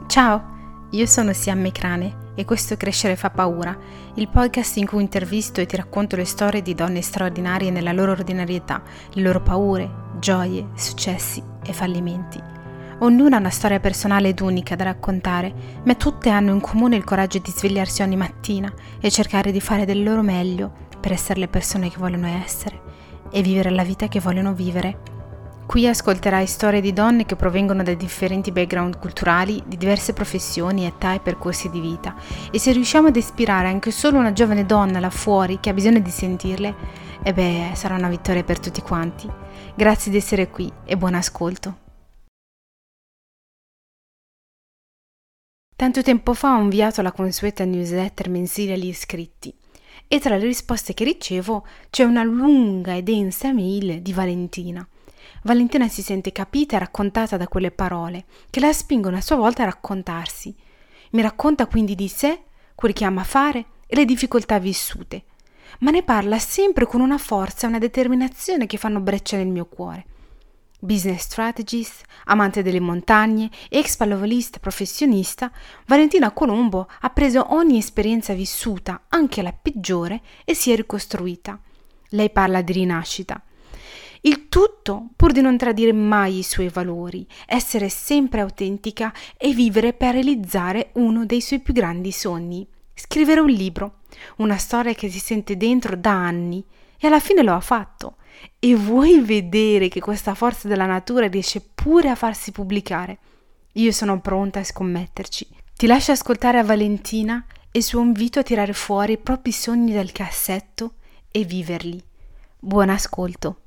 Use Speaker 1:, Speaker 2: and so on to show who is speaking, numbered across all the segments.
Speaker 1: Ciao, io sono Siam Mecrane e questo è Crescere fa paura, il podcast in cui intervisto e ti racconto le storie di donne straordinarie nella loro ordinarietà, le loro paure, gioie, successi e fallimenti. Ognuna ha una storia personale ed unica da raccontare, ma tutte hanno in comune il coraggio di svegliarsi ogni mattina e cercare di fare del loro meglio per essere le persone che vogliono essere e vivere la vita che vogliono vivere. Qui ascolterai storie di donne che provengono da differenti background culturali, di diverse professioni, età e percorsi di vita. E se riusciamo ad ispirare anche solo una giovane donna là fuori che ha bisogno di sentirle, sarà una vittoria per tutti quanti. Grazie di essere qui e buon ascolto. Tanto tempo fa ho inviato la consueta newsletter mensile agli iscritti e tra le risposte che ricevo c'è una lunga e densa mail di Valentina. Valentina si sente capita e raccontata da quelle parole, che la spingono a sua volta a raccontarsi. Mi racconta quindi di sé, quel che ama fare e le difficoltà vissute, ma ne parla sempre con una forza e una determinazione che fanno breccia nel mio cuore. Business strategist, amante delle montagne, ex pallavolista professionista, Valentina Colombo ha preso ogni esperienza vissuta, anche la peggiore, e si è ricostruita. Lei parla di rinascita. Il tutto pur di non tradire mai i suoi valori, essere sempre autentica e vivere per realizzare uno dei suoi più grandi sogni, scrivere un libro, una storia che si sente dentro da anni e alla fine lo ha fatto. E vuoi vedere che questa forza della natura riesce pure a farsi pubblicare? Io sono pronta a scommetterci. Ti lascio ascoltare a Valentina e il suo invito a tirare fuori i propri sogni dal cassetto e viverli. Buon ascolto.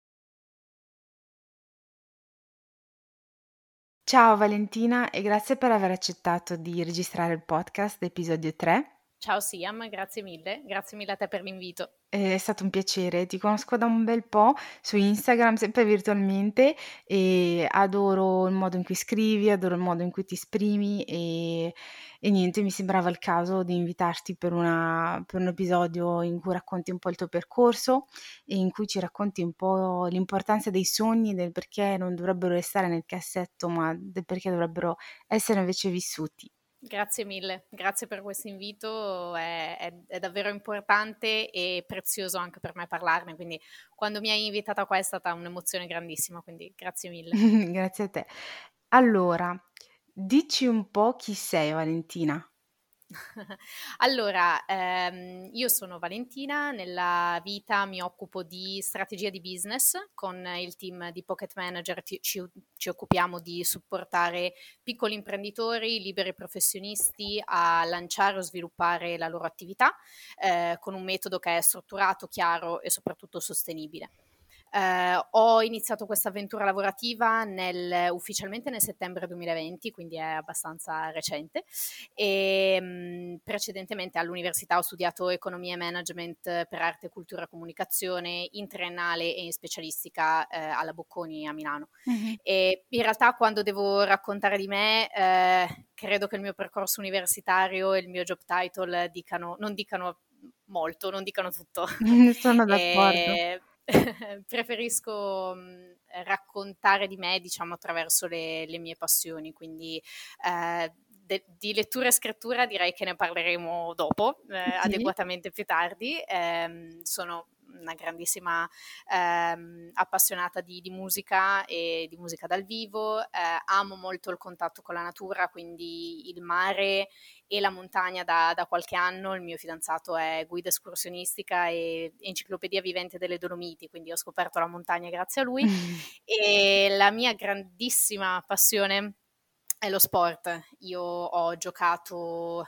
Speaker 1: Ciao Valentina e grazie per aver accettato di registrare il podcast episodio 3.
Speaker 2: Ciao Siam, grazie mille a te per l'invito.
Speaker 1: È stato un piacere, ti conosco da un bel po' su Instagram, sempre virtualmente, e adoro il modo in cui scrivi, adoro il modo in cui ti esprimi e niente, mi sembrava il caso di invitarti per un episodio in cui racconti un po' il tuo percorso e in cui ci racconti un po' l'importanza dei sogni, del perché non dovrebbero restare nel cassetto, ma del perché dovrebbero essere invece vissuti.
Speaker 2: Grazie mille, grazie per questo invito, è davvero importante e prezioso anche per me parlarne, quindi quando mi hai invitata qua è stata un'emozione grandissima, quindi grazie mille.
Speaker 1: Grazie a te. Allora, dici un po' chi sei Valentina.
Speaker 2: Allora, io sono Valentina, nella vita mi occupo di strategia di business, con il team di Pocket Manager ci occupiamo di supportare piccoli imprenditori, liberi professionisti a lanciare o sviluppare la loro attività, con un metodo che è strutturato, chiaro e soprattutto sostenibile. Ho iniziato questa avventura lavorativa ufficialmente nel settembre 2020, quindi è abbastanza recente. E precedentemente all'università ho studiato economia e management per arte, cultura e comunicazione in triennale e in specialistica alla Bocconi a Milano.
Speaker 1: Mh-mh.
Speaker 2: E in realtà quando devo raccontare di me, credo che il mio percorso universitario e il mio job title non dicano molto, non dicano tutto.
Speaker 1: Sono d'accordo.
Speaker 2: E preferisco raccontare di me, diciamo, attraverso le mie passioni, quindi di lettura e scrittura direi che ne parleremo dopo,
Speaker 1: Sì.
Speaker 2: adeguatamente più tardi. Sono una grandissima appassionata di musica e di musica dal vivo, amo molto il contatto con la natura, quindi il mare e la montagna da qualche anno. Il mio fidanzato è guida escursionistica e enciclopedia vivente delle Dolomiti, quindi ho scoperto la montagna grazie a lui. E la mia grandissima passione è lo sport. Io ho giocato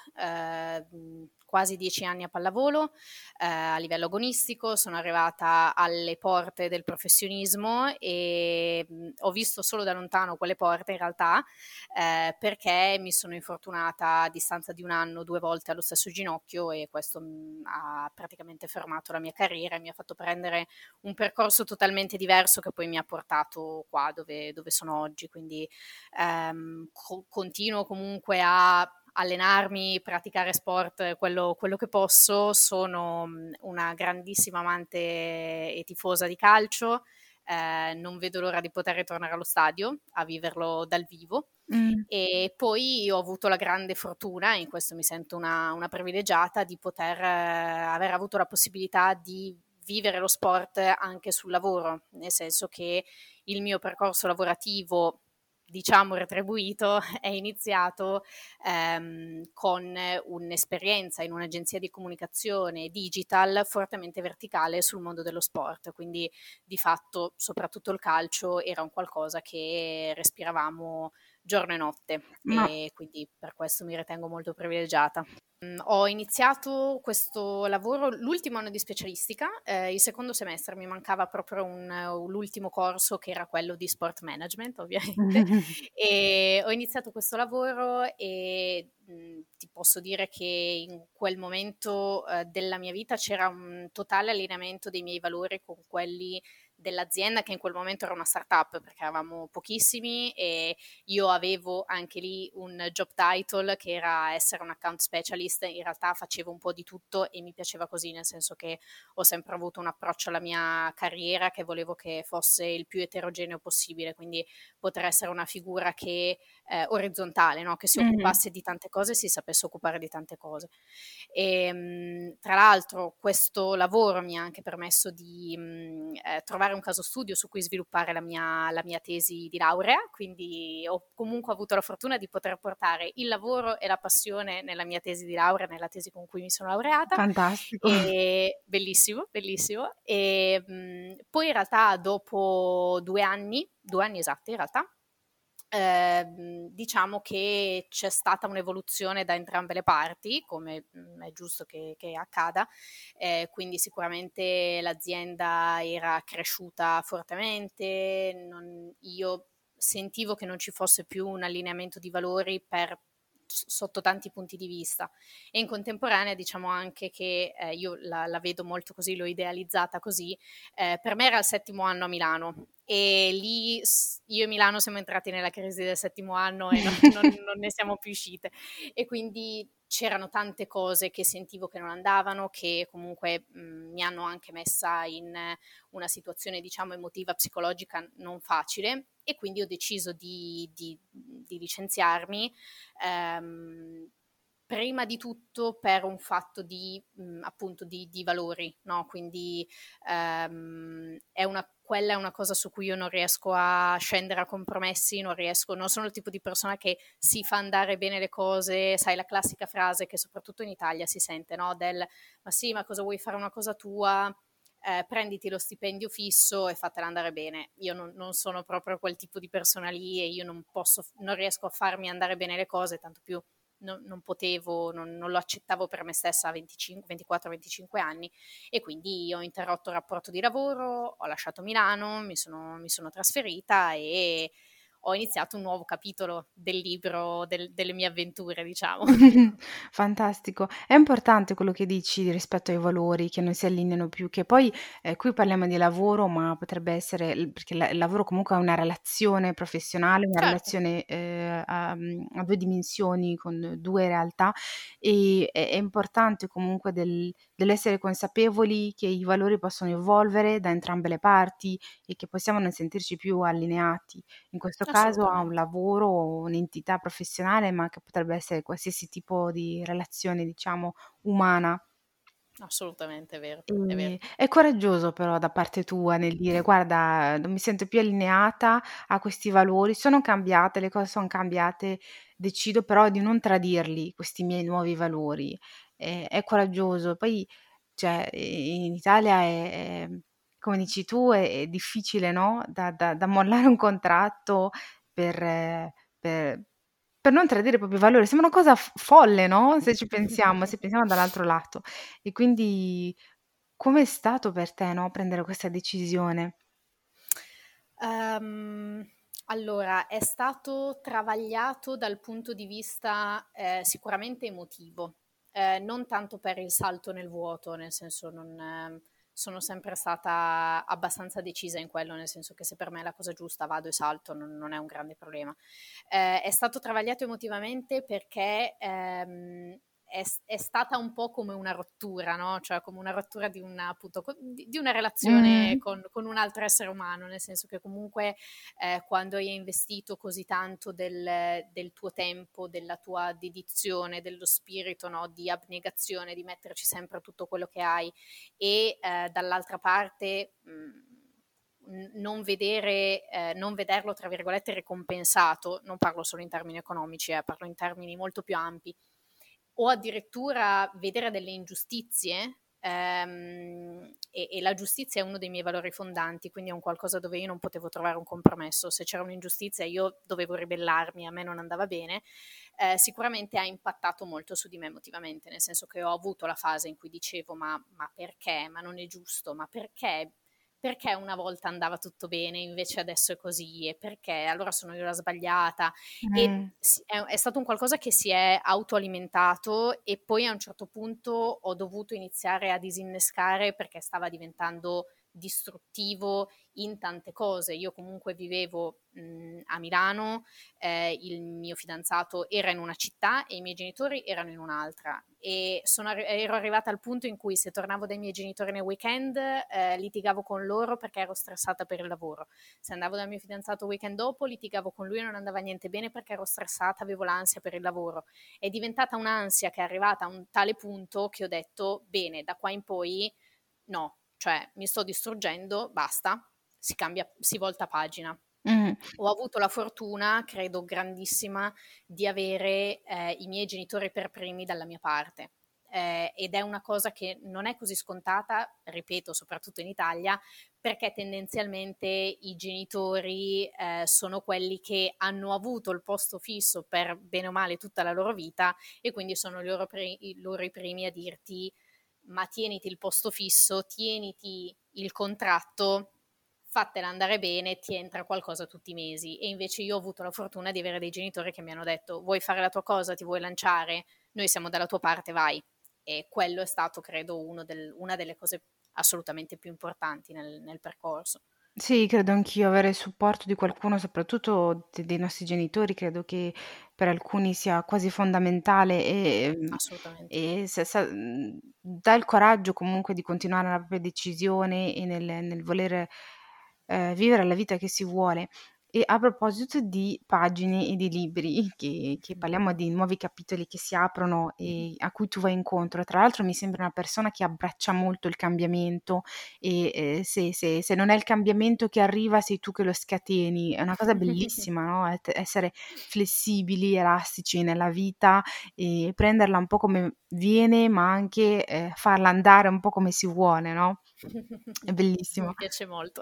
Speaker 2: quasi 10 anni a pallavolo a livello agonistico, sono arrivata alle porte del professionismo e ho visto solo da lontano quelle porte in realtà, perché mi sono infortunata a distanza di un anno 2 volte allo stesso ginocchio e questo ha praticamente fermato la mia carriera e mi ha fatto prendere un percorso totalmente diverso che poi mi ha portato qua dove sono oggi. Quindi continuo comunque a allenarmi, praticare sport, quello che posso. Sono una grandissima amante e tifosa di calcio, non vedo l'ora di poter ritornare allo stadio a viverlo dal vivo.
Speaker 1: Mh.
Speaker 2: E poi ho avuto la grande fortuna, e in questo mi sento una privilegiata, di poter aver avuto la possibilità di vivere lo sport anche sul lavoro, nel senso che il mio percorso lavorativo, diciamo retribuito, è iniziato con un'esperienza in un'agenzia di comunicazione digital fortemente verticale sul mondo dello sport, quindi di fatto soprattutto il calcio era un qualcosa che respiravamo giorno e notte,
Speaker 1: Ma
Speaker 2: e quindi per questo mi ritengo molto privilegiata. Ho iniziato questo lavoro l'ultimo anno di specialistica, il secondo semestre mi mancava proprio l'ultimo corso, che era quello di sport management ovviamente, e ho iniziato questo lavoro e ti posso dire che in quel momento della mia vita c'era un totale allineamento dei miei valori con quelli dell'azienda, che in quel momento era una startup perché eravamo pochissimi, e io avevo anche lì un job title che era essere un account specialist. In realtà facevo un po' di tutto e mi piaceva così, nel senso che ho sempre avuto un approccio alla mia carriera che volevo che fosse il più eterogeneo possibile, quindi poter essere una figura che orizzontale, no? Che si
Speaker 1: mh-mh.
Speaker 2: occupasse di tante cose e si sapesse occupare di tante cose. E, tra l'altro questo lavoro mi ha anche permesso di trovare un caso studio su cui sviluppare la mia tesi di laurea, quindi ho comunque avuto la fortuna di poter portare il lavoro e la passione nella mia tesi di laurea, nella tesi con cui mi sono laureata,
Speaker 1: Fantastico.
Speaker 2: e bellissimo, bellissimo. E poi in realtà dopo 2 anni esatti in realtà, diciamo che c'è stata un'evoluzione da entrambe le parti, come è giusto che accada, quindi sicuramente l'azienda era cresciuta fortemente, io sentivo che non ci fosse più un allineamento di valori sotto tanti punti di vista, e in contemporanea diciamo anche che io la vedo molto così, l'ho idealizzata così. Per me era il settimo anno a Milano, e lì io e Milano siamo entrati nella crisi del settimo anno e non ne siamo più uscite, e quindi c'erano tante cose che sentivo che non andavano, che comunque mi hanno anche messa in una situazione diciamo emotiva, psicologica non facile, e quindi ho deciso di licenziarmi, ehm, prima di tutto per un fatto appunto di valori, no? Quindi quella è una cosa su cui io non riesco a scendere a compromessi, non sono il tipo di persona che si fa andare bene le cose, sai, la classica frase che soprattutto in Italia si sente, no? Ma sì, ma cosa vuoi fare una cosa tua? Prenditi lo stipendio fisso e fatela andare bene. Io non sono proprio quel tipo di persona lì, e io non riesco a farmi andare bene le cose, tanto più non potevo, non lo accettavo per me stessa a 24-25 anni, e quindi ho interrotto il rapporto di lavoro, ho lasciato Milano, mi sono trasferita e ho iniziato un nuovo capitolo del libro delle mie avventure, diciamo.
Speaker 1: Fantastico. È importante quello che dici rispetto ai valori che non si allineano più, che poi, qui parliamo di lavoro, ma potrebbe essere perché il lavoro comunque è una relazione professionale, una
Speaker 2: Certo,
Speaker 1: relazione, a 2 dimensioni con 2 realtà, è importante comunque dell'essere consapevoli che i valori possono evolvere da entrambe le parti e che possiamo non sentirci più allineati. In questo caso ha un
Speaker 2: assolutamente.
Speaker 1: lavoro o un'entità professionale, ma che potrebbe essere qualsiasi tipo di relazione, diciamo, umana.
Speaker 2: Assolutamente, è vero, è vero.
Speaker 1: È coraggioso però da parte tua nel dire: "Guarda, non mi sento più allineata a questi valori, sono cambiate, le cose son cambiate, decido però di non tradirli, questi miei nuovi valori." È coraggioso. Poi, cioè, in Italia come dici tu, è difficile, no, da mollare un contratto per per per non tradire i propri valori. Sembra una cosa folle, no, se pensiamo dall'altro lato. E quindi com'è stato per te, no, prendere questa decisione?
Speaker 2: Ehm, allora, è stato travagliato dal punto di vista, sicuramente emotivo, non tanto per il salto nel vuoto, nel senso non sono sempre stata abbastanza decisa in quello, nel senso che se per me è la cosa giusta vado e salto, non è un grande problema. È stato travagliato emotivamente perché, è stata un po' come una rottura, no? Cioè come una rottura di una, appunto, di una relazione
Speaker 1: Mm.
Speaker 2: con un altro essere umano, nel senso che comunque quando hai investito così tanto del tuo tempo, della tua dedizione, dello spirito, no? Di abnegazione, di metterci sempre tutto quello che hai e dall'altra parte non vederlo, tra virgolette, ricompensato, non parlo solo in termini economici, parlo in termini molto più ampi, o addirittura vedere delle ingiustizie, e la giustizia è uno dei miei valori fondanti, quindi è un qualcosa dove io non potevo trovare un compromesso. Se c'era un'ingiustizia io dovevo ribellarmi, a me non andava bene. Sicuramente ha impattato molto su di me emotivamente, nel senso che ho avuto la fase in cui dicevo ma perché? Ma non è giusto? Ma perché? Perché una volta andava tutto bene, invece adesso è così? E perché? Allora sono io la sbagliata? E
Speaker 1: Mm.
Speaker 2: è stato un qualcosa che si è autoalimentato e poi a un certo punto ho dovuto iniziare a disinnescare perché stava diventando distruttivo in tante cose. Io comunque vivevo a Milano, il mio fidanzato era in una città e i miei genitori erano in un'altra e ero arrivata al punto in cui se tornavo dai miei genitori nel weekend litigavo con loro perché ero stressata per il lavoro. Se andavo dal mio fidanzato il weekend dopo, litigavo con lui e non andava niente bene perché ero stressata, avevo l'ansia per il lavoro. È diventata un'ansia che è arrivata a un tale punto che ho detto, bene, da qua in poi no, cioè mi sto distruggendo, basta, si cambia, si volta pagina.
Speaker 1: Mm.
Speaker 2: Ho avuto la fortuna, credo grandissima, di avere i miei genitori per primi dalla mia parte. Ed è una cosa che non è così scontata, ripeto, soprattutto in Italia, perché tendenzialmente i genitori sono quelli che hanno avuto il posto fisso per bene o male tutta la loro vita e quindi sono loro i primi a dirti ma tieniti il posto fisso, tieniti il contratto, fatela andare bene, ti entra qualcosa tutti i mesi. E invece io ho avuto la fortuna di avere dei genitori che mi hanno detto vuoi fare la tua cosa, ti vuoi lanciare, noi siamo dalla tua parte, vai. E quello è stato, credo, una delle cose assolutamente più importanti nel percorso.
Speaker 1: Sì, credo anch'io, avere il supporto di qualcuno, soprattutto dei nostri genitori, credo che per alcuni sia quasi fondamentale
Speaker 2: Assolutamente.
Speaker 1: e dà il coraggio comunque di continuare la propria decisione e nel voler vivere la vita che si vuole. E a proposito di pagine e di libri, che parliamo di nuovi capitoli che si aprono e a cui tu vai incontro, tra l'altro mi sembra una persona che abbraccia molto il cambiamento e, se non è il cambiamento che arriva sei tu che lo scateni. È una cosa bellissima, no, essere flessibili, elastici nella vita e prenderla un po' come viene, ma anche, farla andare un po' come si vuole, no, è bellissimo.
Speaker 2: Mi piace molto.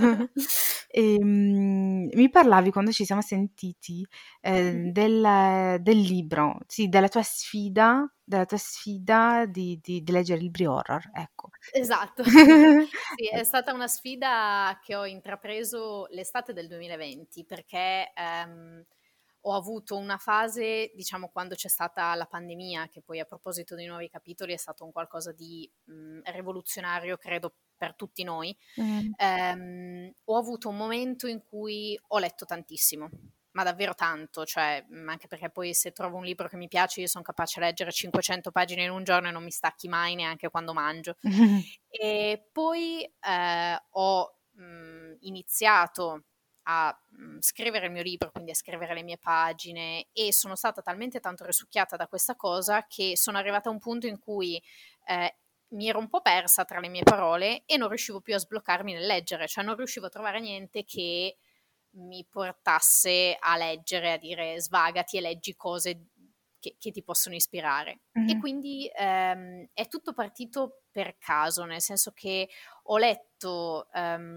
Speaker 1: Mi parlavi quando ci siamo sentiti, del libro, sì, della tua sfida di leggere libri horror, ecco.
Speaker 2: Esatto. Sì, è stata una sfida che ho intrapreso l'estate del 2020 perché ho avuto una fase, diciamo, quando c'è stata la pandemia, che poi a proposito dei nuovi capitoli è stato un qualcosa di rivoluzionario, credo, per tutti noi.
Speaker 1: Mh.
Speaker 2: Ho avuto un momento in cui ho letto tantissimo, ma davvero tanto, cioè anche perché poi se trovo un libro che mi piace io sono capace di leggere 500 pagine in un giorno e non mi stacchi mai neanche quando mangio. E poi ho iniziato a scrivere il mio libro, quindi a scrivere le mie pagine e sono stata talmente tanto risucchiata da questa cosa che sono arrivata a un punto in cui mi ero un po' persa tra le mie parole e non riuscivo più a sbloccarmi nel leggere, cioè non riuscivo a trovare niente che mi portasse a leggere, a dire svagati e leggi cose che ti possono ispirare. E
Speaker 1: Mh-mh.
Speaker 2: quindi è tutto partito per caso, nel senso che ho letto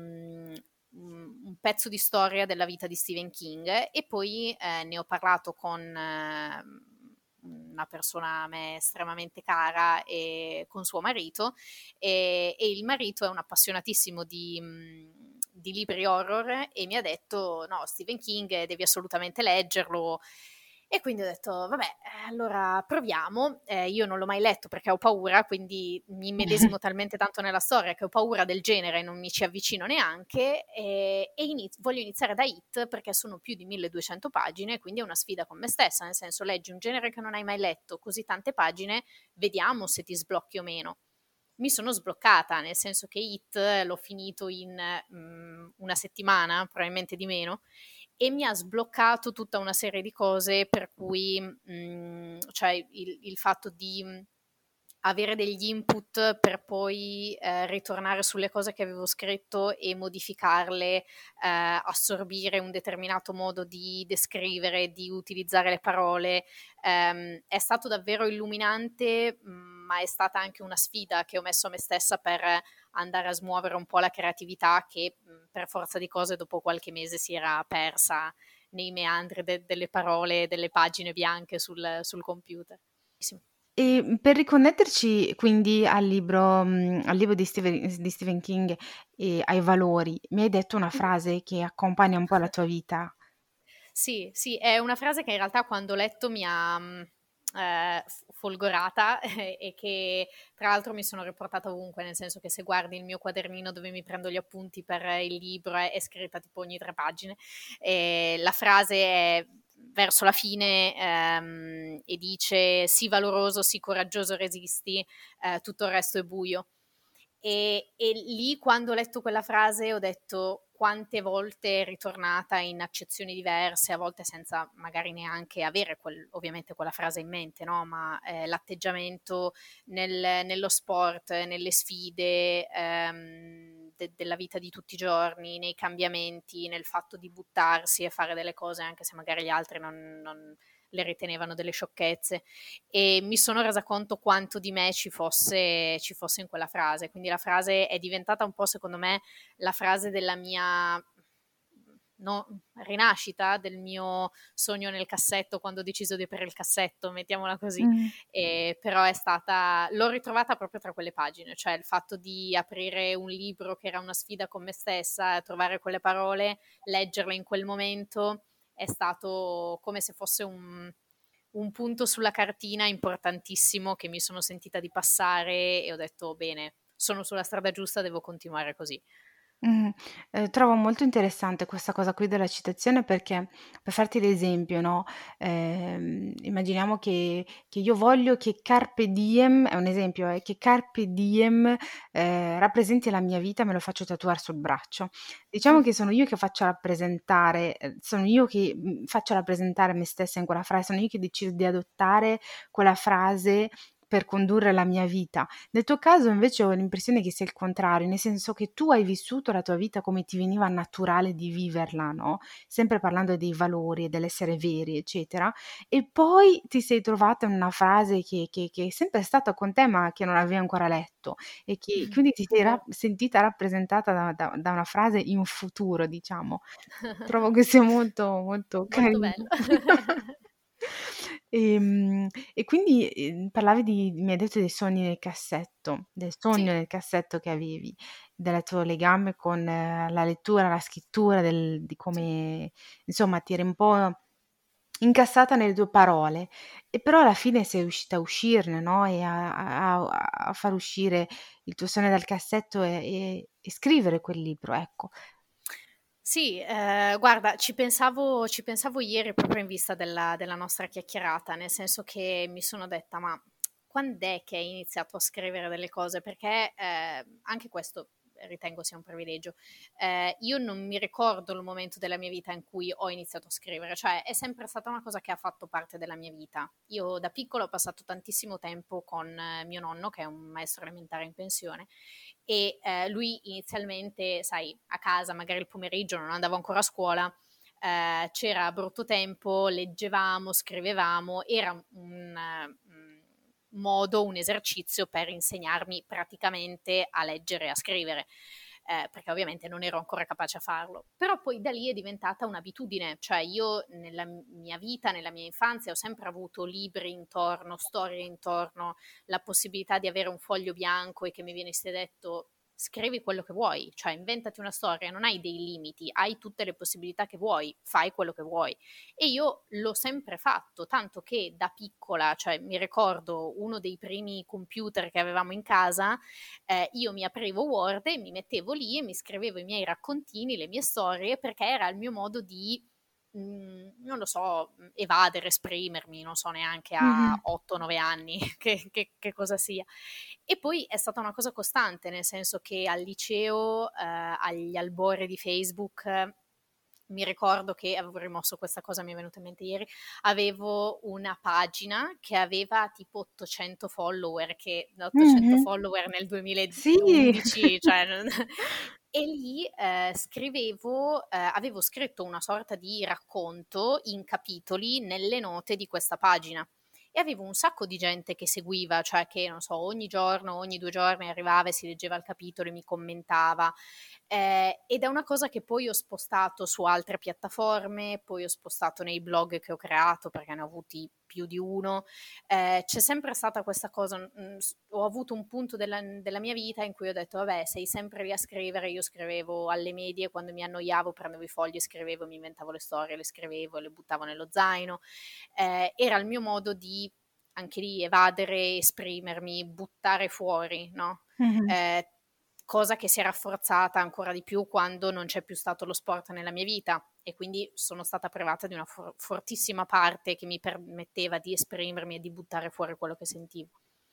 Speaker 2: un pezzo di storia della vita di Stephen King e poi ne ho parlato con una persona a me estremamente cara e con suo marito e il marito è un appassionatissimo di libri horror e mi ha detto no, Stephen King devi assolutamente leggerlo E quindi ho detto: "Vabbè, allora proviamo". Io non l'ho mai letto perché ho paura, quindi mi immedesimo talmente tanto nella storia che ho paura del genere, non mi ci avvicino neanche, e voglio iniziare da It perché sono più di 1200 pagine, quindi è una sfida con me stessa, nel senso: leggi un genere che non hai mai letto, così tante pagine, vediamo se ti sblocchi o meno. Mi sono sbloccata, nel senso che It l'ho finito in, 1 settimana, probabilmente di meno, e mi ha sbloccato tutta una serie di cose per cui, cioè il fatto di, avere degli input per poi, ritornare sulle cose che avevo scritto e modificarle, assorbire un determinato modo di descrivere, di utilizzare le parole, è stato davvero illuminante, ma è stata anche una sfida che ho messo a me stessa per andare a smuovere un po' la creatività che, per forza di cose dopo qualche mese si era persa nei meandri delle parole, delle pagine bianche sul computer. Sì.
Speaker 1: E per riconnetterci quindi al libro di Stephen King e ai valori, mi hai detto una frase che accompagna un po' la tua vita.
Speaker 2: Sì, sì, è una frase che in realtà quando ho letto mi ha, folgorata e che tra l'altro mi sono riportata ovunque, nel senso che se guardi il mio quadernino dove mi prendo gli appunti per il libro è scritta tipo ogni 3 pagine. La frase è verso la fine, e dice: "Sii valoroso, sii coraggioso, resisti, tutto il resto è buio". E lì quando ho letto quella frase ho detto quante volte è ritornata in accezioni diverse, a volte senza magari neanche avere ovviamente quella frase in mente, no? Ma l'atteggiamento nello sport, nelle sfide della vita di tutti i giorni, nei cambiamenti, nel fatto di buttarsi e fare delle cose anche se magari gli altri non le ritenevano delle sciocchezze, e mi sono resa conto quanto di me ci fosse in quella frase. Quindi la frase è diventata un po', secondo me, la frase della mia rinascita, del mio sogno nel cassetto quando ho deciso di aprire il cassetto, mettiamola così.
Speaker 1: Mh.
Speaker 2: Però l'ho ritrovata proprio tra quelle pagine, cioè il fatto di aprire un libro che era una sfida con me stessa, trovare quelle parole, leggerle in quel momento è stato come se fosse un punto sulla cartina importantissimo che mi sono sentita di passare e ho detto: "Bene, sono sulla strada giusta, devo continuare così".
Speaker 1: Mh. Trovo molto interessante questa cosa qui della citazione perché, per farti l'esempio, no, immaginiamo che io voglio che carpe diem è un esempio che carpe diem, rappresenti la mia vita, me lo faccio tatuare sul braccio. Diciamo che sono io che faccio rappresentare sono io che, faccio rappresentare me stessa in quella frase, sono io che decido di adottare quella frase per condurre la mia vita. Nel tuo caso invece ho l'impressione che sia il contrario, nel senso che tu hai vissuto la tua vita come ti veniva naturale di viverla, no, sempre parlando dei valori e dell'essere veri, eccetera, e poi ti sei trovata in una frase che è sempre stata con te, ma che non avevi ancora letto e che quindi ti
Speaker 2: È
Speaker 1: sei
Speaker 2: vero.
Speaker 1: sentita rappresentata da una frase in futuro, diciamo. Trovo che sia molto, molto
Speaker 2: Molto
Speaker 1: carino.
Speaker 2: bello.
Speaker 1: E quindi, parlavi mi hai detto dei sogni nel cassetto, del sogno
Speaker 2: Sì.
Speaker 1: nel cassetto che avevi, del tuo legame con la lettura, la scrittura, di come insomma ti eri un po' incassata nelle tue parole e però alla fine sei riuscita a uscirne, no, e a far uscire il tuo sogno dal cassetto e scrivere quel libro, ecco.
Speaker 2: Sì, guarda, ci pensavo ieri proprio in vista della nostra chiacchierata, nel senso che mi sono detta: "Ma quand'è che hai iniziato a scrivere delle cose?" Perché, anche questo ritengo sia un privilegio. Io non mi ricordo il momento della mia vita in cui ho iniziato a scrivere, cioè è sempre stata una cosa che ha fatto parte della mia vita. Io da piccola ho passato tantissimo tempo con mio nonno, che è un maestro elementare in pensione, e lui inizialmente, sai, a casa magari il pomeriggio non andavo ancora a scuola, c'era brutto tempo, leggevamo, scrivevamo, era modo, un esercizio per insegnarmi praticamente a leggere e a scrivere, perché ovviamente non ero ancora capace a farlo. Però poi da lì è diventata un'abitudine, cioè io nella mia vita, nella mia infanzia ho sempre avuto libri intorno, storie intorno, la possibilità di avere un foglio bianco e che mi venisse detto scrivi quello che vuoi, cioè inventati una storia, non hai dei limiti, hai tutte le possibilità che vuoi, fai quello che vuoi. E io l'ho sempre fatto, tanto che da piccola, cioè mi ricordo uno dei primi computer che avevamo in casa, io mi aprivo Word e mi mettevo lì e mi scrivevo i miei raccontini, le mie storie, perché era il mio modo di non lo so, evadere, esprimermi, non so neanche a
Speaker 1: Mhm.
Speaker 2: 8-9 anni che cosa sia. E poi è stata una cosa costante, nel senso che al liceo, agli albori di Facebook, mi ricordo che avevo rimosso questa cosa, mi è venuta in mente ieri, avevo una pagina che aveva tipo 800 follower, che 800
Speaker 1: Mhm.
Speaker 2: follower nel
Speaker 1: Sì.
Speaker 2: 2011, cioè e lì scrivevo, avevo scritto una sorta di racconto in capitoli nelle note di questa pagina e avevo un sacco di gente che seguiva, cioè che non so, ogni giorno, ogni 2 giorni arrivava e si leggeva il capitolo e mi commentava. Ed è una cosa che poi ho spostato su altre piattaforme, poi ho spostato nei blog che ho creato perché ne ho avuti più di uno. C'è sempre stata questa cosa, ho avuto un punto della mia vita in cui ho detto, vabbè, sei sempre lì a scrivere, io scrivevo alle medie, quando mi annoiavo prendevo i fogli e scrivevo, mi inventavo le storie, le scrivevo e le buttavo nello zaino. Era il mio modo di anche lì evadere, esprimermi, buttare fuori, no?
Speaker 1: Mhm.
Speaker 2: Eh, Cosa che si è rafforzata ancora di più quando non c'è più stato lo sport nella mia vita e quindi sono stata privata di una fortissima parte che mi permetteva di esprimermi e di buttare fuori quello che sentivo.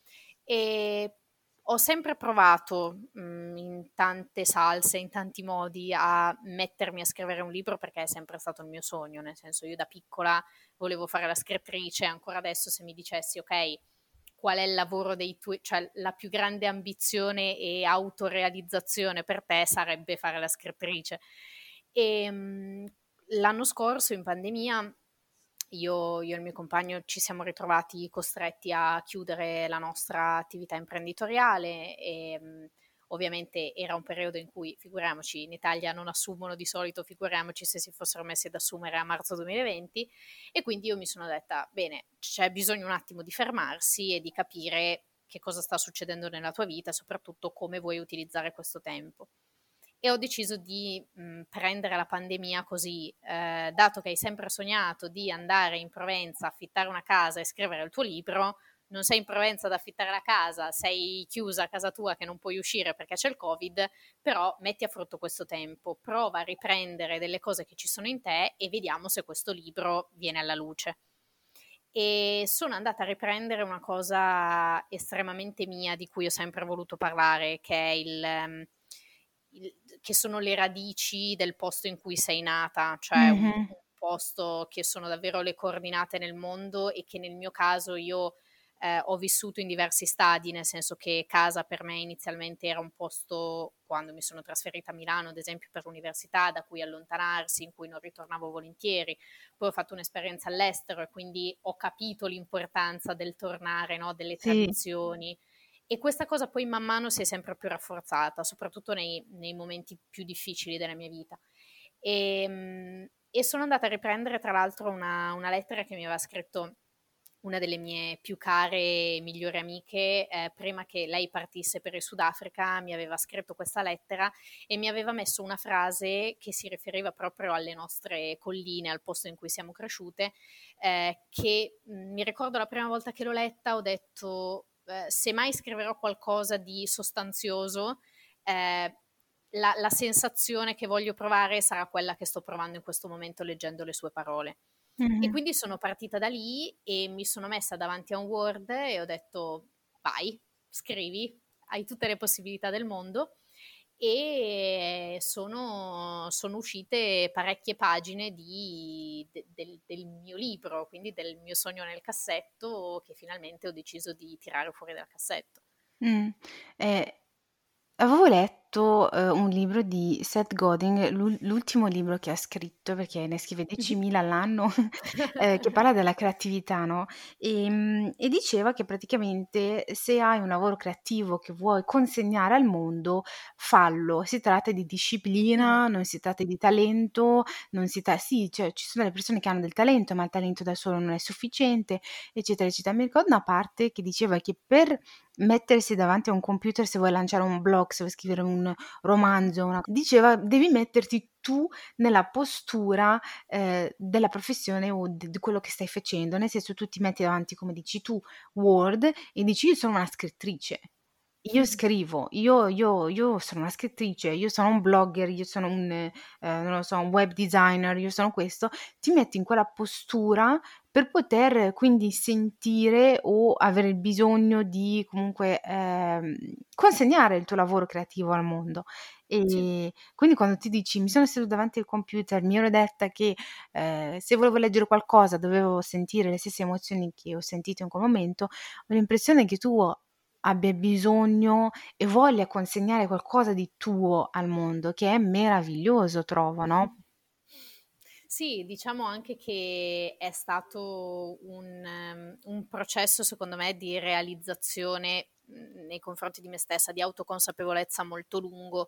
Speaker 2: E ho sempre provato in tante salse, in tanti modi a mettermi a scrivere un libro perché è sempre stato il mio sogno, nel senso io da piccola volevo fare la scrittrice, ancora adesso se mi dicessi ok, qual è il lavoro dei tuoi, cioè la più grande ambizione e autorealizzazione per te sarebbe fare la scrittrice. E l'anno scorso in pandemia io e il mio compagno ci siamo ritrovati costretti a chiudere la nostra attività imprenditoriale e ovviamente era un periodo in cui, figuriamoci, in Italia non assumono di solito, figuriamoci se si fossero messi ad assumere a marzo 2020 e quindi io mi sono detta, bene, c'è bisogno un attimo di fermarsi e di capire che cosa sta succedendo nella tua vita e soprattutto come vuoi utilizzare questo tempo. E ho deciso di prendere la pandemia così, dato che hai sempre sognato di andare in Provenza, affittare una casa e scrivere il tuo libro, non sei in Provenza ad affittare la casa, sei chiusa a casa tua che non puoi uscire perché c'è il Covid, però metti a frutto questo tempo, prova a riprendere delle cose che ci sono in te e vediamo se questo libro viene alla luce. E sono andata a riprendere una cosa estremamente mia di cui ho sempre voluto parlare, che è che sono le radici del posto in cui sei nata, cioè
Speaker 1: Mhm.
Speaker 2: un posto che sono davvero le coordinate nel mondo e che nel mio caso io ho vissuto in diversi stadi, nel senso che casa per me inizialmente era un posto, quando mi sono trasferita a Milano, ad esempio per l'università, da cui allontanarsi, in cui non ritornavo volentieri. Poi ho fatto un'esperienza all'estero e quindi ho capito l'importanza del tornare, no? Delle
Speaker 1: Sì.
Speaker 2: tradizioni. E questa cosa poi man mano si è sempre più rafforzata, soprattutto nei momenti più difficili della mia vita. E sono andata a riprendere tra l'altro una lettera che mi aveva scritto una delle mie più care e migliori amiche, prima che lei partisse per il Sudafrica, mi aveva scritto questa lettera e mi aveva messo una frase che si riferiva proprio alle nostre colline, al posto in cui siamo cresciute, che mi ricordo la prima volta che l'ho letta ho detto, se mai scriverò qualcosa di sostanzioso, eh, la sensazione che voglio provare sarà quella che sto provando in questo momento leggendo le sue parole. E
Speaker 1: Mhm.
Speaker 2: quindi sono partita da lì e mi sono messa davanti a un Word e ho detto, vai, scrivi, hai tutte le possibilità del mondo. E sono uscite parecchie pagine del mio libro, quindi del mio sogno nel cassetto, che finalmente ho deciso di tirare fuori dal cassetto.
Speaker 1: Mm. Eh, Avevo letto letto un libro di Seth Godin, l'ultimo libro che ha scritto, perché ne scrive
Speaker 2: Mh-mh.
Speaker 1: 10.000 all'anno, che parla della creatività, no? E diceva che praticamente se hai un lavoro creativo che vuoi consegnare al mondo, fallo. Si tratta di
Speaker 2: Mh-mh.
Speaker 1: disciplina, non si tratta di talento, non si tra sì, cioè ci sono delle persone che hanno del talento, ma il talento da solo non è sufficiente, eccetera, eccetera. Mi ricordo una parte che diceva che per mettersi davanti a un computer, se vuoi lanciare un blog, se vuoi scrivere un romanzo, diceva devi metterti tu nella postura della professione o di quello che stai facendo, nel senso tu ti metti davanti, come dici tu, Word e dici io sono una scrittrice. Io scrivo, io sono una scrittrice, io sono un blogger, io sono non lo so, un web designer, io sono questo, ti metti in quella postura per poter quindi sentire o avere il bisogno di comunque, consegnare il tuo lavoro creativo al mondo.
Speaker 2: Sì.
Speaker 1: Quindi quando ti dici: "Mi sono seduta davanti al computer, mi ero detta che, se volevo leggere qualcosa dovevo sentire le stesse emozioni che ho sentito in quel momento", ho l'impressione che tu abbia bisogno e voglia consegnare qualcosa di tuo al mondo, che è meraviglioso trovo, no?
Speaker 2: Sì, diciamo anche che è stato un processo secondo me di realizzazione, nei confronti di me stessa, di autoconsapevolezza molto lungo,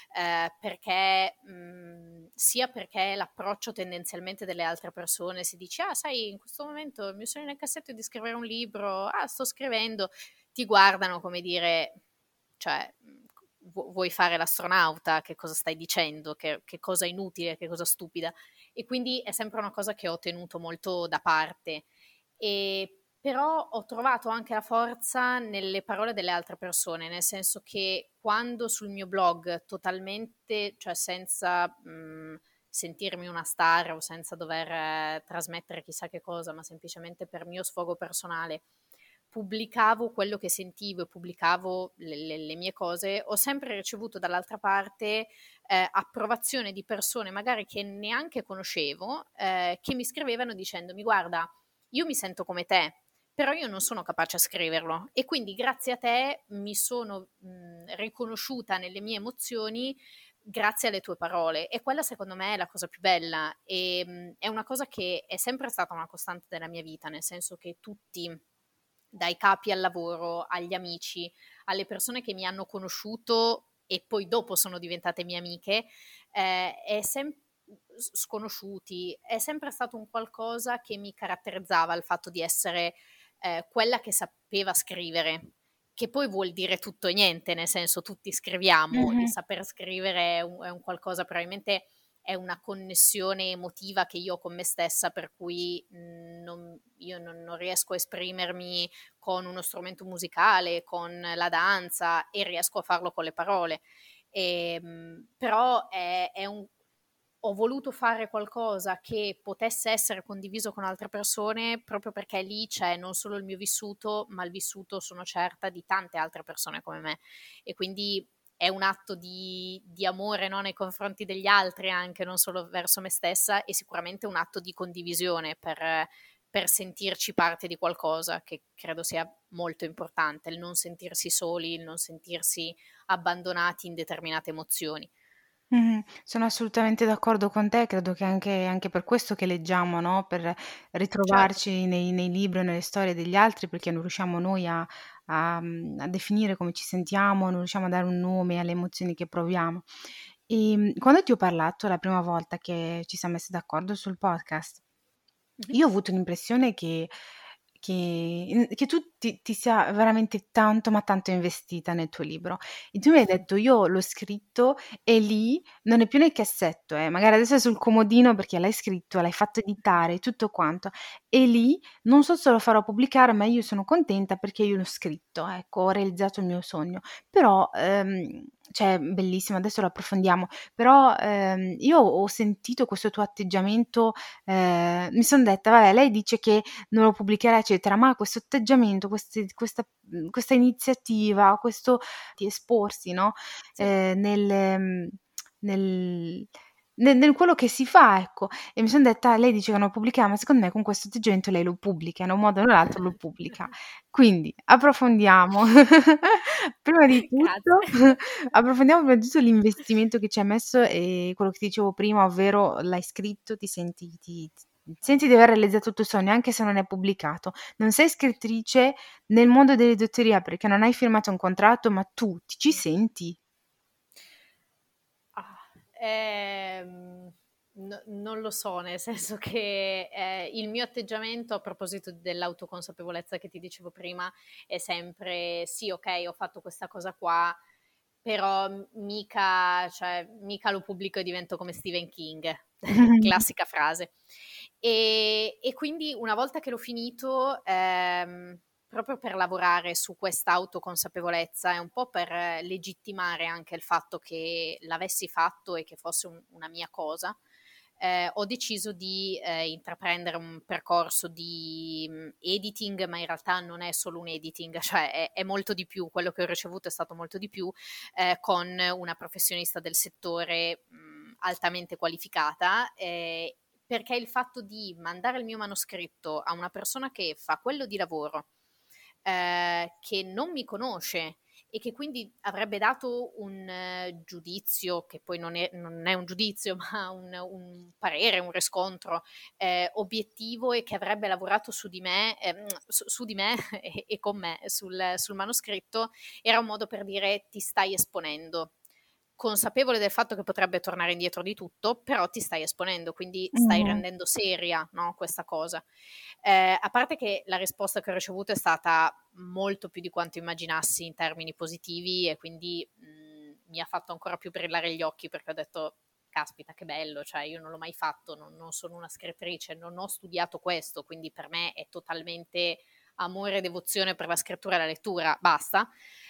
Speaker 2: perché sia perché l'approccio tendenzialmente delle altre persone si dice: "Ah, sai, in questo momento il mio sogno nel cassetto è di scrivere un libro. Ah, sto scrivendo." Ti guardano come dire, cioè, vuoi fare l'astronauta? Che cosa stai dicendo? Che cosa inutile, che cosa stupida. E quindi è sempre una cosa che ho tenuto molto da parte. Però ho trovato anche la forza nelle parole delle altre persone, nel senso che quando sul mio blog totalmente, cioè senza sentirmi una star o senza dover trasmettere chissà che cosa, ma semplicemente per mio sfogo personale, pubblicavo quello che sentivo e pubblicavo le mie cose, ho sempre ricevuto dall'altra parte approvazione di persone magari che neanche conoscevo, che mi scrivevano dicendomi: "Guarda, io mi sento come te, però io non sono capace a scriverlo e quindi grazie a te mi sono riconosciuta nelle mie emozioni grazie alle tue parole." E quella secondo me è la cosa più bella e è una cosa che è sempre stata una costante della mia vita, nel senso che tutti, dai capi al lavoro, agli amici, alle persone che mi hanno conosciuto e poi dopo sono diventate mie amiche, è sconosciuti, è sempre stato un qualcosa che mi caratterizzava il fatto di essere quella che sapeva scrivere, che poi vuol dire tutto e niente, nel senso tutti scriviamo, il
Speaker 1: Mh-mh.
Speaker 2: saper scrivere è un qualcosa, probabilmente è una connessione emotiva che io ho con me stessa, per cui io non riesco a esprimermi con uno strumento musicale, con la danza e riesco a farlo con le parole. Però è un ho voluto fare qualcosa che potesse essere condiviso con altre persone, proprio perché lì c'è non solo il mio vissuto, ma il vissuto, sono certa, di tante altre persone come me. E quindi è un atto di amore, no, nei confronti degli altri anche, non solo verso me stessa, e sicuramente un atto di condivisione per sentirci parte di qualcosa, che credo sia molto importante, il non sentirsi soli, il non sentirsi abbandonati in determinate emozioni.
Speaker 1: Sono assolutamente d'accordo con te, credo che anche per questo che leggiamo, no, per
Speaker 2: Certo.
Speaker 1: ritrovarci nei libri o nelle storie degli altri, perché non riusciamo noi a definire come ci sentiamo, non riusciamo a dare un nome alle emozioni che proviamo. Quando ti ho parlato la prima volta che ci siam messi d'accordo sul podcast,
Speaker 2: Mh-mh.
Speaker 1: io ho avuto l'impressione che tu ti sia veramente tanto, ma tanto investita nel tuo libro. E tu mi hai detto: "Io l'ho scritto e lì non è più nel cassetto, magari adesso è sul comodino perché l'hai scritto, l'hai fatto editare, tutto quanto, e lì non so se lo farò pubblicare, ma io sono contenta perché io l'ho scritto, ecco, ho realizzato il mio sogno." Però, cioè bellissimo, adesso lo approfondiamo, però, io ho sentito questo tuo atteggiamento, mi son detta: "Vabbè, lei dice che non lo pubblicherà eccetera, ma questo atteggiamento, questa iniziativa, questo di esporsi, no,
Speaker 2: Sì.
Speaker 1: nel nel quello che si fa, ecco. E mi son detta lei dice che non pubblicherà, ma secondo me con questo atteggiamento lei lo pubblica, in un modo o nell'altro lo pubblica. Quindi approfondiamo. Prima di tutto
Speaker 2: Grazie.
Speaker 1: approfondiamo prima di tutto l'investimento che ci hai messo e quello che ti dicevo prima, ovvero l'hai scritto, ti senti di aver realizzato il tuo sogno, anche se non è pubblicato. Non sei scrittrice nel mondo dell'editoria perché non hai firmato un contratto, ma tu ti ci senti?
Speaker 2: Ah, non lo so, nel senso che il mio atteggiamento a proposito dell'autoconsapevolezza che ti dicevo prima è sempre sì, ok, ho fatto questa cosa qua, però mica lo pubblico e divento come Stephen King, classica frase. E quindi una volta che l'ho finito, proprio per lavorare su questa autoconsapevolezza e un po' per legittimare anche il fatto che l'avessi fatto e che fosse una mia cosa, ho deciso di intraprendere un percorso di editing, ma in realtà non è solo un editing, cioè è molto di più, quello che ho ricevuto è stato molto di più, con una professionista del settore altamente qualificata. Perché il fatto di mandare il mio manoscritto a una persona che fa quello di lavoro, che non mi conosce e che quindi avrebbe dato un giudizio, che poi non è un giudizio, ma un parere, un riscontro obiettivo e che avrebbe lavorato su di me, su di me e con me sul manoscritto, era un modo per dire ti stai esponendo, consapevole del fatto che potrebbe tornare indietro di tutto, però ti stai esponendo, quindi stai
Speaker 1: Mh-mh.
Speaker 2: rendendo seria, no, questa cosa. A parte che la risposta che ho ricevuto è stata molto più di quanto immaginassi in termini positivi e quindi mi ha fatto ancora più brillare gli occhi perché ho detto caspita che bello, cioè io non l'ho mai fatto, non sono una scrittrice, non ho studiato questo, quindi per me è totalmente amore e devozione per la scrittura e la lettura, basta.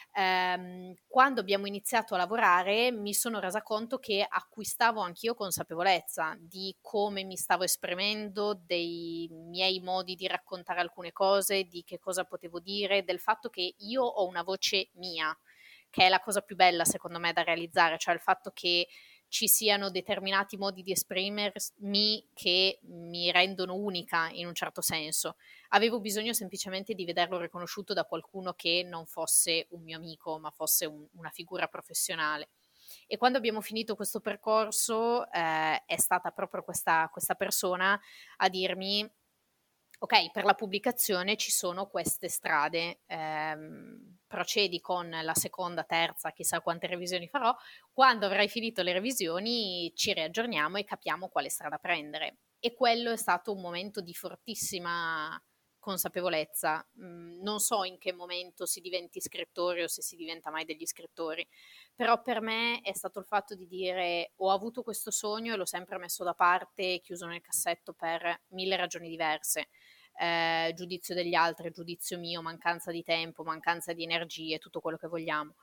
Speaker 2: Quando abbiamo iniziato a lavorare mi sono resa conto che acquistavo anch'io consapevolezza di come mi stavo esprimendo, dei miei modi di raccontare alcune cose, di che cosa potevo dire, del fatto che io ho una voce mia, che è la cosa più bella secondo me da realizzare, cioè il fatto che ci siano determinati modi di esprimermi che mi rendono unica in un certo senso. Avevo bisogno semplicemente di vederlo riconosciuto da qualcuno che non fosse un mio amico, ma fosse una figura professionale. E quando abbiamo finito questo percorso, è stata proprio questa persona a dirmi: ok, per la pubblicazione ci sono queste strade, procedi con la seconda, terza, chissà quante revisioni farò, quando avrai finito le revisioni ci riaggiorniamo e capiamo quale strada prendere. E quello è stato un momento di fortissima consapevolezza. Non so in che momento si diventi scrittori o se si diventa mai degli scrittori, però per me è stato il fatto di dire ho avuto questo sogno e l'ho sempre messo da parte, chiuso nel cassetto per mille ragioni diverse. Giudizio degli altri, giudizio mio, mancanza di tempo, mancanza di energie, tutto quello che vogliamo.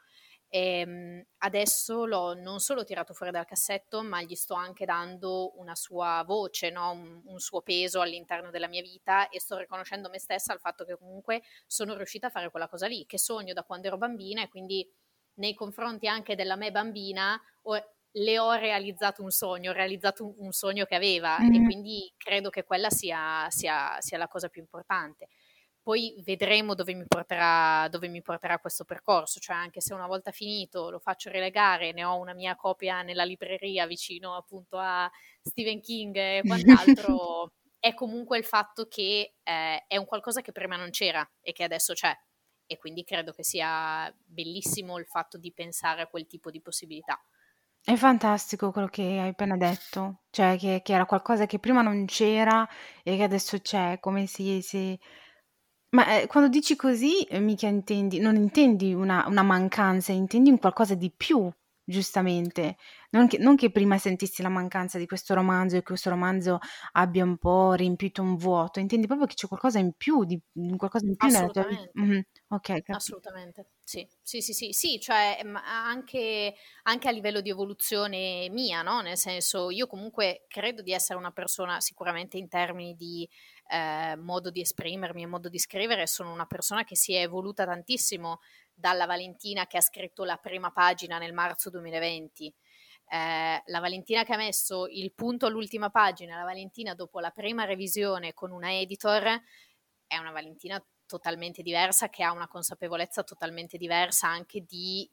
Speaker 2: Adesso l'ho non solo tirato fuori dal cassetto, ma gli sto anche dando una sua voce, no? Un suo peso all'interno della mia vita e sto riconoscendo me stessa al fatto che comunque sono riuscita a fare quella cosa lì, che sogno da quando ero bambina e quindi nei confronti anche della me bambina le ho realizzato un sogno, ho realizzato un sogno che aveva e
Speaker 1: Mh.
Speaker 2: quindi credo che quella sia la cosa più importante. Poi vedremo dove mi porterà questo percorso, cioè anche se una volta finito lo faccio relegare, ne ho una mia copia nella libreria vicino appunto a Stephen King e quant'altro, è comunque il fatto che è un qualcosa che prima non c'era e che adesso c'è. E quindi credo che sia bellissimo il fatto di pensare a quel tipo di possibilità.
Speaker 1: È fantastico quello che hai appena detto, cioè che era qualcosa che prima non c'era e che adesso c'è, come si ma, quando dici così, mica intendi non intendi una mancanza, intendi un qualcosa di più, giustamente. Non che prima sentissi la mancanza di questo romanzo e questo romanzo abbia un po' riempito un vuoto, intendi proprio che c'è qualcosa in più di qualcosa in più nella tua vi
Speaker 2: Assolutamente.
Speaker 1: okay,
Speaker 2: Assolutamente, sì. Sì, sì, sì, sì, cioè, ma anche a livello di evoluzione mia, no, nel senso, io comunque credo di essere una persona sicuramente in termini di, modo di esprimermi e modo di scrivere, sono una persona che si è evoluta tantissimo dalla Valentina che ha scritto la prima pagina nel marzo 2020. La Valentina che ha messo il punto all'ultima pagina, la Valentina dopo la prima revisione con una editor, è una Valentina totalmente diversa, che ha una consapevolezza totalmente diversa anche di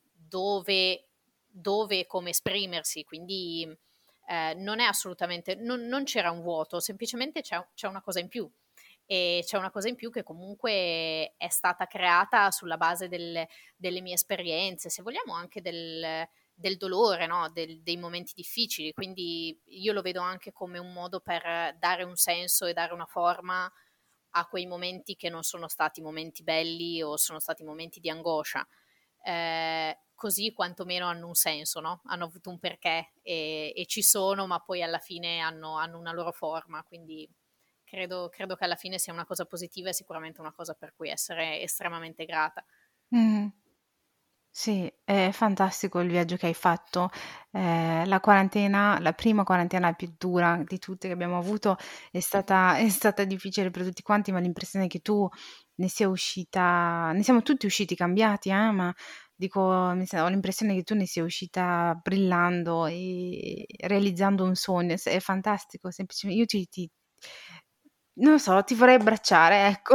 Speaker 2: dove e come esprimersi, quindi non è assolutamente, non c'era un vuoto, semplicemente c'è una cosa in più. E c'è una cosa in più che comunque è stata creata sulla base delle mie esperienze, se vogliamo anche del dolore, no? Dei momenti difficili, quindi io lo vedo anche come un modo per dare un senso e dare una forma a quei momenti che non sono stati momenti belli o sono stati momenti di angoscia. Così quantomeno hanno un senso, no? Hanno avuto un perché e ci sono, ma poi alla fine hanno una loro forma, quindi credo che alla fine sia una cosa positiva e sicuramente una cosa per cui essere estremamente grata.
Speaker 1: Mh. Sì, è fantastico il viaggio che hai fatto. La quarantena, la prima quarantena più dura di tutte che abbiamo avuto è stata difficile per tutti quanti, ma l'impressione è che tu ne siamo tutti usciti cambiati, ma dico, ho l'impressione che tu ne sia uscita brillando e realizzando un sogno. È fantastico, semplicemente. Non lo so, ti vorrei abbracciare, ecco.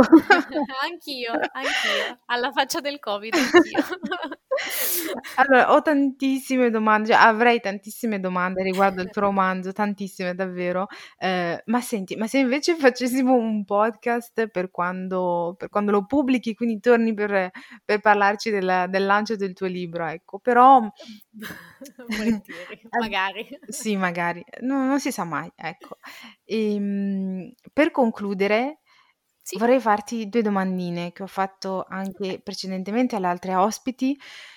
Speaker 2: Anch'io, alla faccia del Covid, anch'io.
Speaker 1: Allora, ho tantissime domande, cioè avrei tantissime domande riguardo il tuo romanzo, tantissime davvero. Ma senti, ma se invece facessimo un podcast per quando lo pubblichi, quindi torni per parlarci del lancio del tuo libro, ecco. Però
Speaker 2: Volentieri, magari.
Speaker 1: sì, magari, non si sa mai, ecco. Per concludere
Speaker 2: Sì,
Speaker 1: vorrei farti 2 domandine che ho fatto anche
Speaker 2: ok,
Speaker 1: precedentemente alle altre ospiti.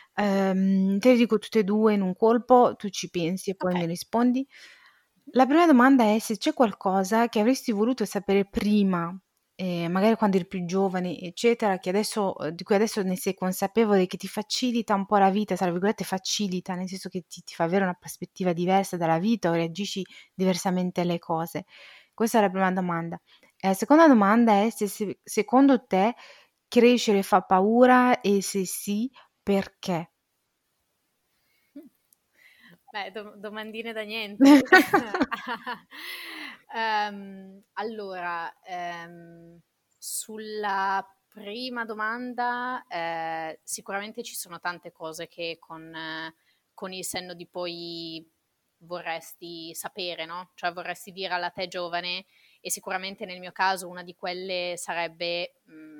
Speaker 1: Te le dico tutte e 2 in un colpo, tu ci pensi e poi
Speaker 2: ok.
Speaker 1: mi rispondi. La prima domanda è se c'è qualcosa che avresti voluto sapere prima, magari quando eri più giovane, eccetera, che adesso di cui adesso ne sei consapevole, che ti facilita un po' la vita, tra virgolette "facilita", nel senso che ti fa avere una prospettiva diversa dalla vita o reagisci diversamente alle cose. Questa è la prima domanda. La seconda domanda è se secondo te crescere fa paura e se sì, perché?
Speaker 2: Beh, domandine da niente. Allora, sulla prima domanda, sicuramente ci sono tante cose che con il senno di poi vorresti sapere, no? Cioè vorresti dire alla te giovane, e sicuramente nel mio caso una di quelle sarebbe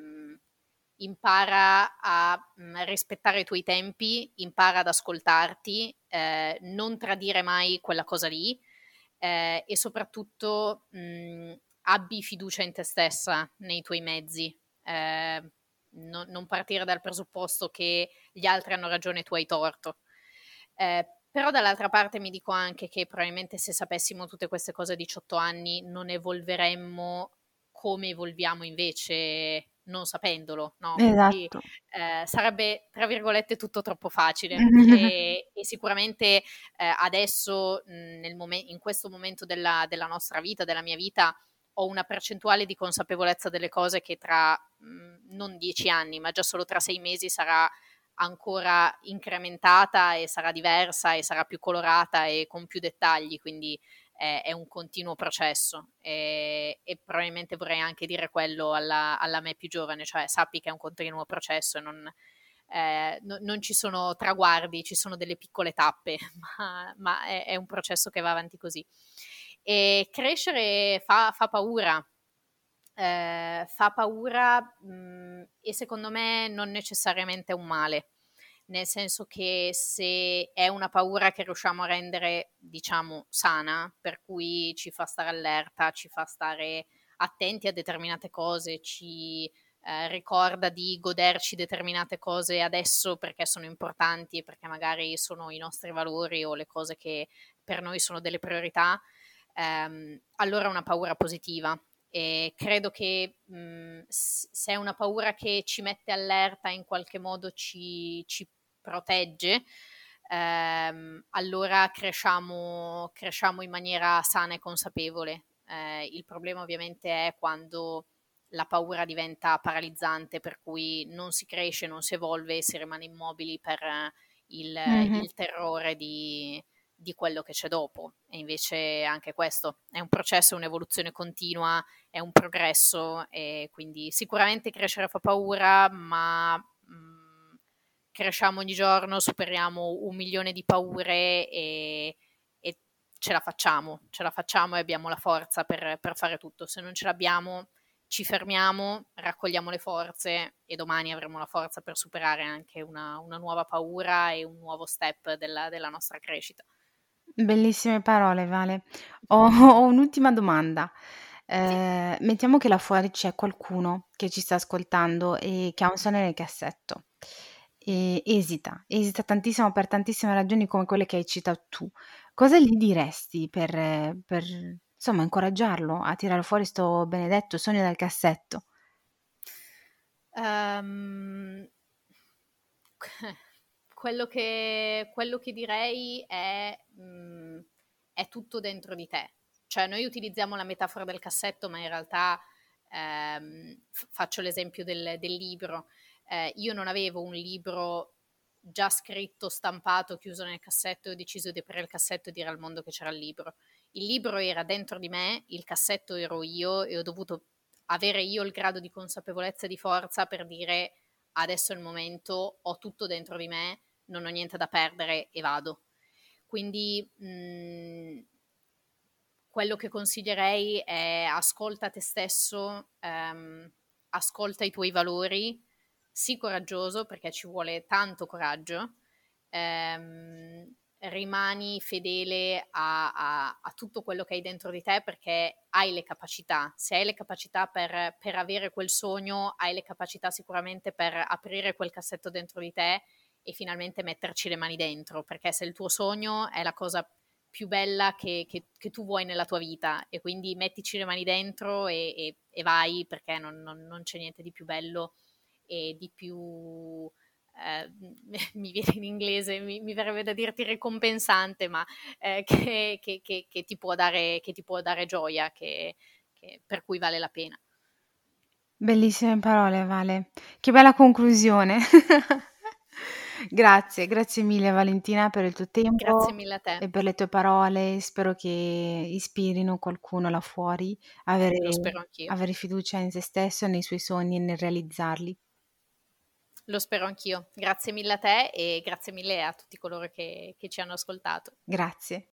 Speaker 2: impara a rispettare i tuoi tempi, impara ad ascoltarti, non tradire mai quella cosa lì e soprattutto abbi fiducia in te stessa, nei tuoi mezzi. Non partire dal presupposto che gli altri hanno ragione e tu hai torto. Però dall'altra parte mi dico anche che probabilmente se sapessimo tutte queste cose a 18 anni non evolveremmo come evolviamo invece non sapendolo, no? Quindi
Speaker 1: Esatto.
Speaker 2: sarebbe, tra virgolette, tutto troppo facile. E sicuramente adesso, in questo momento della nostra vita, della mia vita, ho una percentuale di consapevolezza delle cose che tra non 10 anni, ma già solo tra 6 mesi sarà ancora incrementata e sarà diversa e sarà più colorata e con più dettagli, quindi è un continuo processo e probabilmente vorrei anche dire quello alla me più giovane, cioè sappi che è un continuo processo e non ci sono traguardi, ci sono delle piccole tappe, ma è un processo che va avanti così. E crescere fa paura, fa paura e secondo me non necessariamente è un male, nel senso che se è una paura che riusciamo a rendere, diciamo, sana, per cui ci fa stare allerta, ci fa stare attenti a determinate cose, ci ricorda di goderci determinate cose adesso perché sono importanti e perché magari sono i nostri valori o le cose che per noi sono delle priorità, allora è una paura positiva. E credo che se è una paura che ci mette allerta, in qualche modo ci protegge, allora cresciamo in maniera sana e consapevole. Il problema ovviamente è quando la paura diventa paralizzante, per cui non si cresce, non si evolve e si rimane immobili per
Speaker 1: Mh-mh.
Speaker 2: il terrore di quello che c'è dopo. E invece anche questo è un processo, è un'evoluzione continua, è un progresso, e quindi sicuramente crescere fa paura, ma cresciamo ogni giorno, superiamo 1 milione di paure e ce la facciamo e abbiamo la forza per fare tutto. Se non ce l'abbiamo, ci fermiamo, raccogliamo le forze e domani avremo la forza per superare anche una nuova paura e un nuovo step della nostra crescita.
Speaker 1: Bellissime parole, Vale. Ho un'ultima domanda.
Speaker 2: Sì.
Speaker 1: Mettiamo che là fuori c'è qualcuno che ci sta ascoltando e che ha un sogno nel cassetto e esita tantissimo per tantissime ragioni come quelle che hai citato tu. Cosa gli diresti per, insomma, incoraggiarlo a tirare fuori sto benedetto sogno dal cassetto?
Speaker 2: Ehm, quello che direi è tutto dentro di te. Cioè, noi utilizziamo la metafora del cassetto, ma in realtà faccio l'esempio del libro. Io non avevo un libro già scritto, stampato, chiuso nel cassetto e ho deciso di aprire il cassetto e dire al mondo che c'era il libro. Il libro era dentro di me, il cassetto ero io e ho dovuto avere io il grado di consapevolezza e di forza per dire adesso è il momento, ho tutto dentro di me, non ho niente da perdere e vado. Quindi quello che consiglierei è ascolta te stesso, ascolta i tuoi valori, sii coraggioso perché ci vuole tanto coraggio, rimani fedele a tutto quello che hai dentro di te perché hai le capacità. Se hai le capacità per avere quel sogno, hai le capacità sicuramente per aprire quel cassetto dentro di te e finalmente metterci le mani dentro, perché se il tuo sogno è la cosa più bella che tu vuoi nella tua vita e quindi mettici le mani dentro e vai perché non c'è niente di più bello e di più mi viene in inglese, mi verrebbe da dirti ricompensante, ma che ti può dare gioia, per cui vale la pena.
Speaker 1: Bellissime parole, Vale. Che bella conclusione. Grazie mille Valentina per il tuo
Speaker 2: Grazie
Speaker 1: tempo
Speaker 2: mille a te,
Speaker 1: e per le tue parole. Spero che ispirino qualcuno là fuori a
Speaker 2: lo
Speaker 1: avere,
Speaker 2: spero anch'io.
Speaker 1: avere fiducia in se stesso, nei suoi sogni e nel realizzarli.
Speaker 2: Lo spero anch'io. Grazie mille a te e grazie mille a tutti coloro che ci hanno ascoltato.
Speaker 1: Grazie.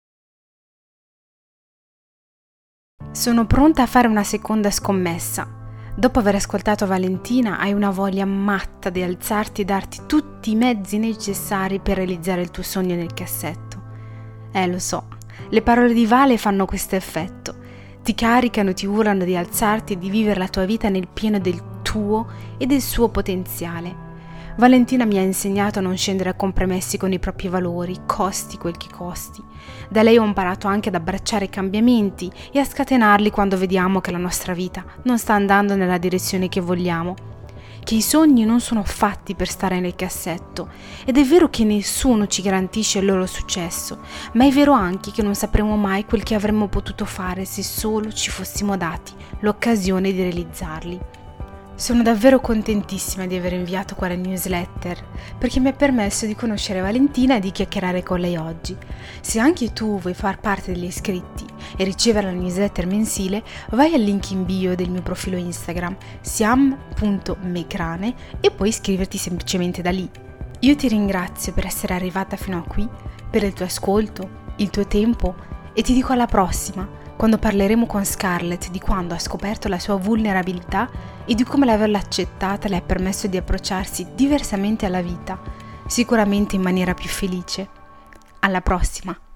Speaker 1: Sono pronta a fare una seconda scommessa. Dopo aver ascoltato Valentina, hai una voglia matta di alzarti e darti tutti i mezzi necessari per realizzare il tuo sogno nel cassetto. Lo so, le parole di Vale fanno questo effetto. Ti caricano, ti urlano di alzarti e di vivere la tua vita nel pieno del tuo e del suo potenziale. Valentina mi ha insegnato a non scendere a compromessi con i propri valori, costi quel che costi. Da lei ho imparato anche ad abbracciare i cambiamenti e a scatenarli quando vediamo che la nostra vita non sta andando nella direzione che vogliamo. Che i sogni non sono fatti per stare nel cassetto ed è vero che nessuno ci garantisce il loro successo, ma è vero anche che non sapremo mai quel che avremmo potuto fare se solo ci fossimo dati l'occasione di realizzarli. Sono davvero contentissima di aver inviato quella newsletter perché mi ha permesso di conoscere Valentina e di chiacchierare con lei oggi. Se anche tu vuoi far parte degli iscritti e ricevere la newsletter mensile, vai al link in bio del mio profilo Instagram siam.mecrane e puoi iscriverti semplicemente da lì. Io ti ringrazio per essere arrivata fino a qui, per il tuo ascolto, il tuo tempo e ti dico alla prossima, quando parleremo con Scarlett di quando ha scoperto la sua vulnerabilità e di come l'averla accettata le ha permesso di approcciarsi diversamente alla vita, sicuramente in maniera più felice. Alla prossima!